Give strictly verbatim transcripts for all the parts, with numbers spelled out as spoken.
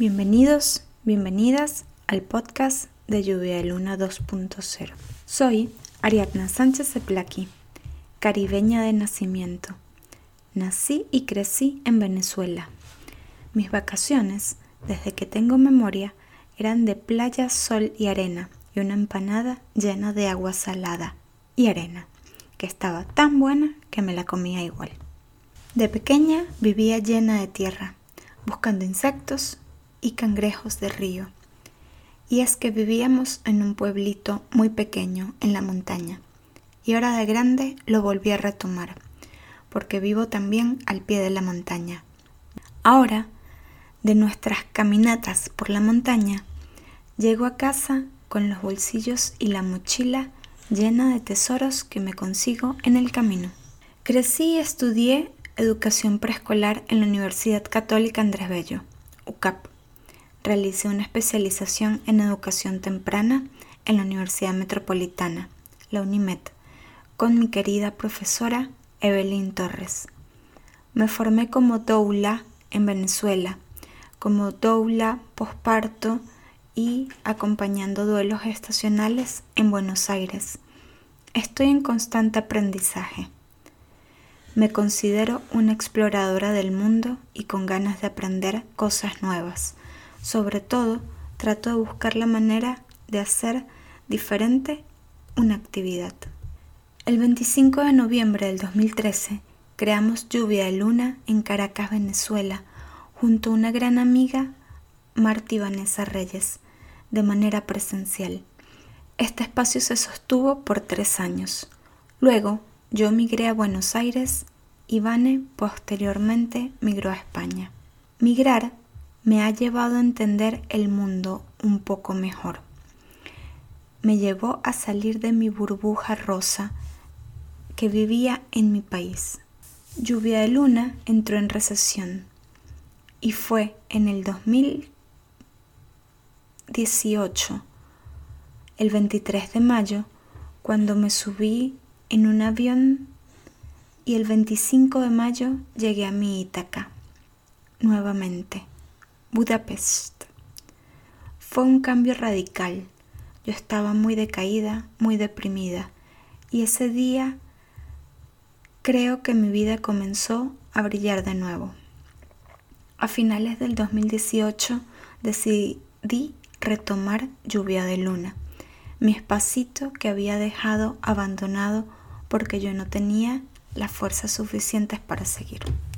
Bienvenidos, bienvenidas al podcast de Lluvia de Luna dos punto cero. Soy Ariadna Sánchez Zeplaqui, caribeña de nacimiento. Nací y crecí en Venezuela. Mis vacaciones, desde que tengo memoria, eran de playa, sol y arena, y una empanada llena de agua salada y arena, que estaba tan buena que me la comía igual. De pequeña vivía llena de tierra, buscando insectos y cangrejos de río. Y es que vivíamos en un pueblito muy pequeño en la montaña, y ahora de grande lo volví a retomar, porque vivo también al pie de la montaña. Ahora, de nuestras caminatas por la montaña, llego a casa con los bolsillos y la mochila llena de tesoros que me consigo en el camino. Crecí y estudié educación preescolar en la Universidad Católica Andrés Bello, U C A P. Realicé una especialización en educación temprana en la Universidad Metropolitana, la UNIMED, con mi querida profesora Evelyn Torres. Me formé como doula en Venezuela, como doula posparto y acompañando duelos gestacionales en Buenos Aires. Estoy en constante aprendizaje. Me considero una exploradora del mundo y con ganas de aprender cosas nuevas. Sobre todo, trato de buscar la manera de hacer diferente una actividad. El veinticinco de noviembre del dos mil trece, creamos Lluvia de Luna en Caracas, Venezuela, junto a una gran amiga, Marti Vanessa Reyes, de manera presencial. Este espacio se sostuvo por tres años. Luego, yo migré a Buenos Aires y Vane posteriormente migró a España. Migrar me ha llevado a entender el mundo un poco mejor. Me llevó a salir de mi burbuja rosa que vivía en mi país. Lluvia de Luna entró en recesión y fue en el dos mil dieciocho, el veintitrés de mayo, cuando me subí en un avión y el veinticinco de mayo llegué a mi Ítaca, nuevamente. Budapest. Fue un cambio radical. Yo estaba muy decaída, muy deprimida, y ese día creo que mi vida comenzó a brillar de nuevo. A finales del dos mil dieciocho decidí retomar Lluvia de Luna, mi espacito que había dejado abandonado porque yo no tenía las fuerzas suficientes para seguir.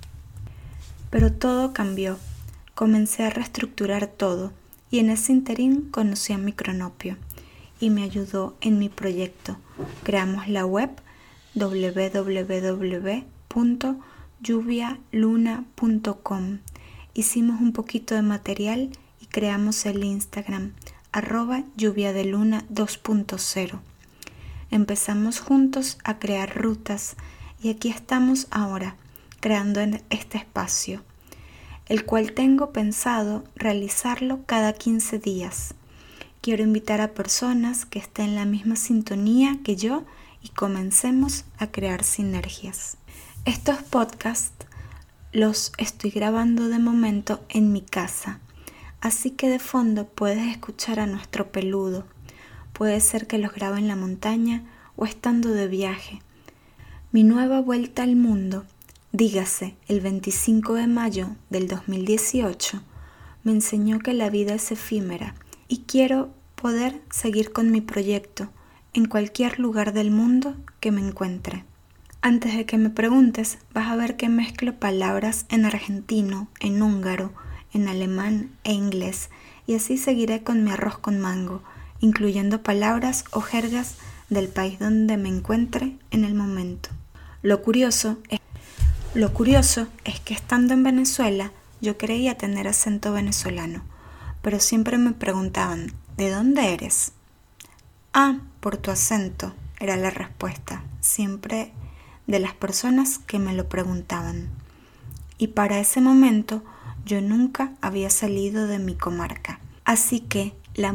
Pero todo cambió. Comencé a reestructurar todo y en ese interín conocí a Micronopio y me ayudó en mi proyecto. Creamos la web doble u doble u doble u punto lluvia luna punto com. Hicimos un poquito de material y creamos el Instagram arroba lluvia de luna dos punto cero. Empezamos juntos a crear rutas y aquí estamos ahora creando este espacio, el cual tengo pensado realizarlo cada quince días. Quiero invitar a personas que estén en la misma sintonía que yo y comencemos a crear sinergias. Estos podcasts los estoy grabando de momento en mi casa, así que de fondo puedes escuchar a nuestro peludo. Puede ser que los grabe en la montaña o estando de viaje. Mi nueva vuelta al mundo, dígase, el veinticinco de mayo del dos mil dieciocho, me enseñó que la vida es efímera y quiero poder seguir con mi proyecto en cualquier lugar del mundo que me encuentre. Antes de que me preguntes, vas a ver que mezclo palabras en argentino, en húngaro, en alemán e inglés, y así seguiré con mi arroz con mango, incluyendo palabras o jergas del país donde me encuentre en el momento. Lo curioso es Lo curioso es que estando en Venezuela yo creía tener acento venezolano, pero siempre me preguntaban, ¿de dónde eres? Ah, por tu acento, era la respuesta, siempre de las personas que me lo preguntaban. Y para ese momento yo nunca había salido de mi comarca. Así que la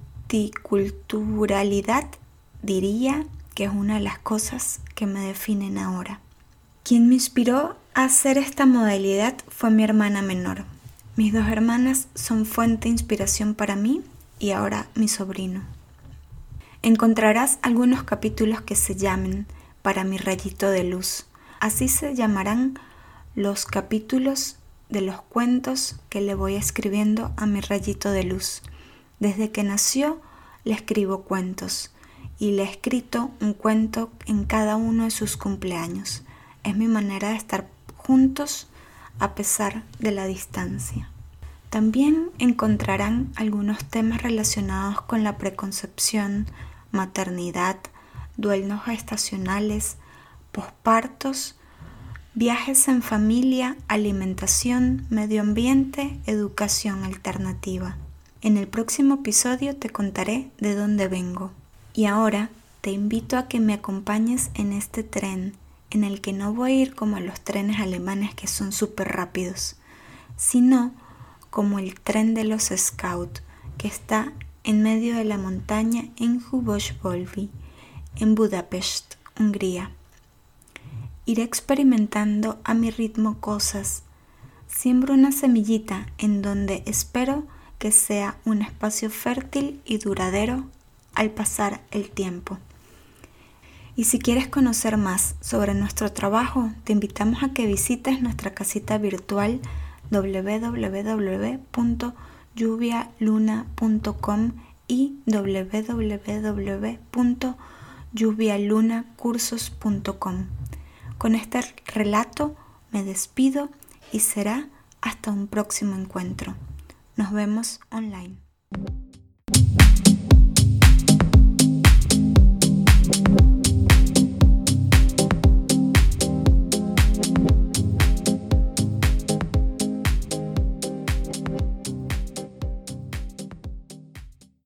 multiculturalidad diría que es una de las cosas que me definen ahora. Quien me inspiró a hacer esta modalidad fue mi hermana menor, Mis dos hermanas son fuente de inspiración para mí y ahora mi sobrino. Encontrarás algunos capítulos que se llamen Para mi rayito de luz. Así se llamarán los capítulos de los cuentos que le voy escribiendo a mi rayito de luz. Desde que nació le escribo cuentos y le he escrito un cuento en cada uno de sus cumpleaños. Es mi manera de estar juntos a pesar de la distancia. También encontrarán algunos temas relacionados con la preconcepción, maternidad, duelos gestacionales, pospartos, viajes en familia, alimentación, medio ambiente, educación alternativa. En el próximo episodio te contaré de dónde vengo. Y ahora te invito a que me acompañes en este tren, en el que no voy a ir como los trenes alemanes que son súper rápidos, sino como el tren de los Scouts, que está en medio de la montaña en Húbos-Volvi, en Budapest, Hungría. Iré experimentando a mi ritmo cosas. Siembro una semillita en donde espero que sea un espacio fértil y duradero al pasar el tiempo. Y si quieres conocer más sobre nuestro trabajo, te invitamos a que visites nuestra casita virtual doble u doble u doble u punto lluvia luna punto com y doble u doble u doble u punto lluvia luna cursos punto com. Con este relato me despido y será hasta un próximo encuentro. Nos vemos online.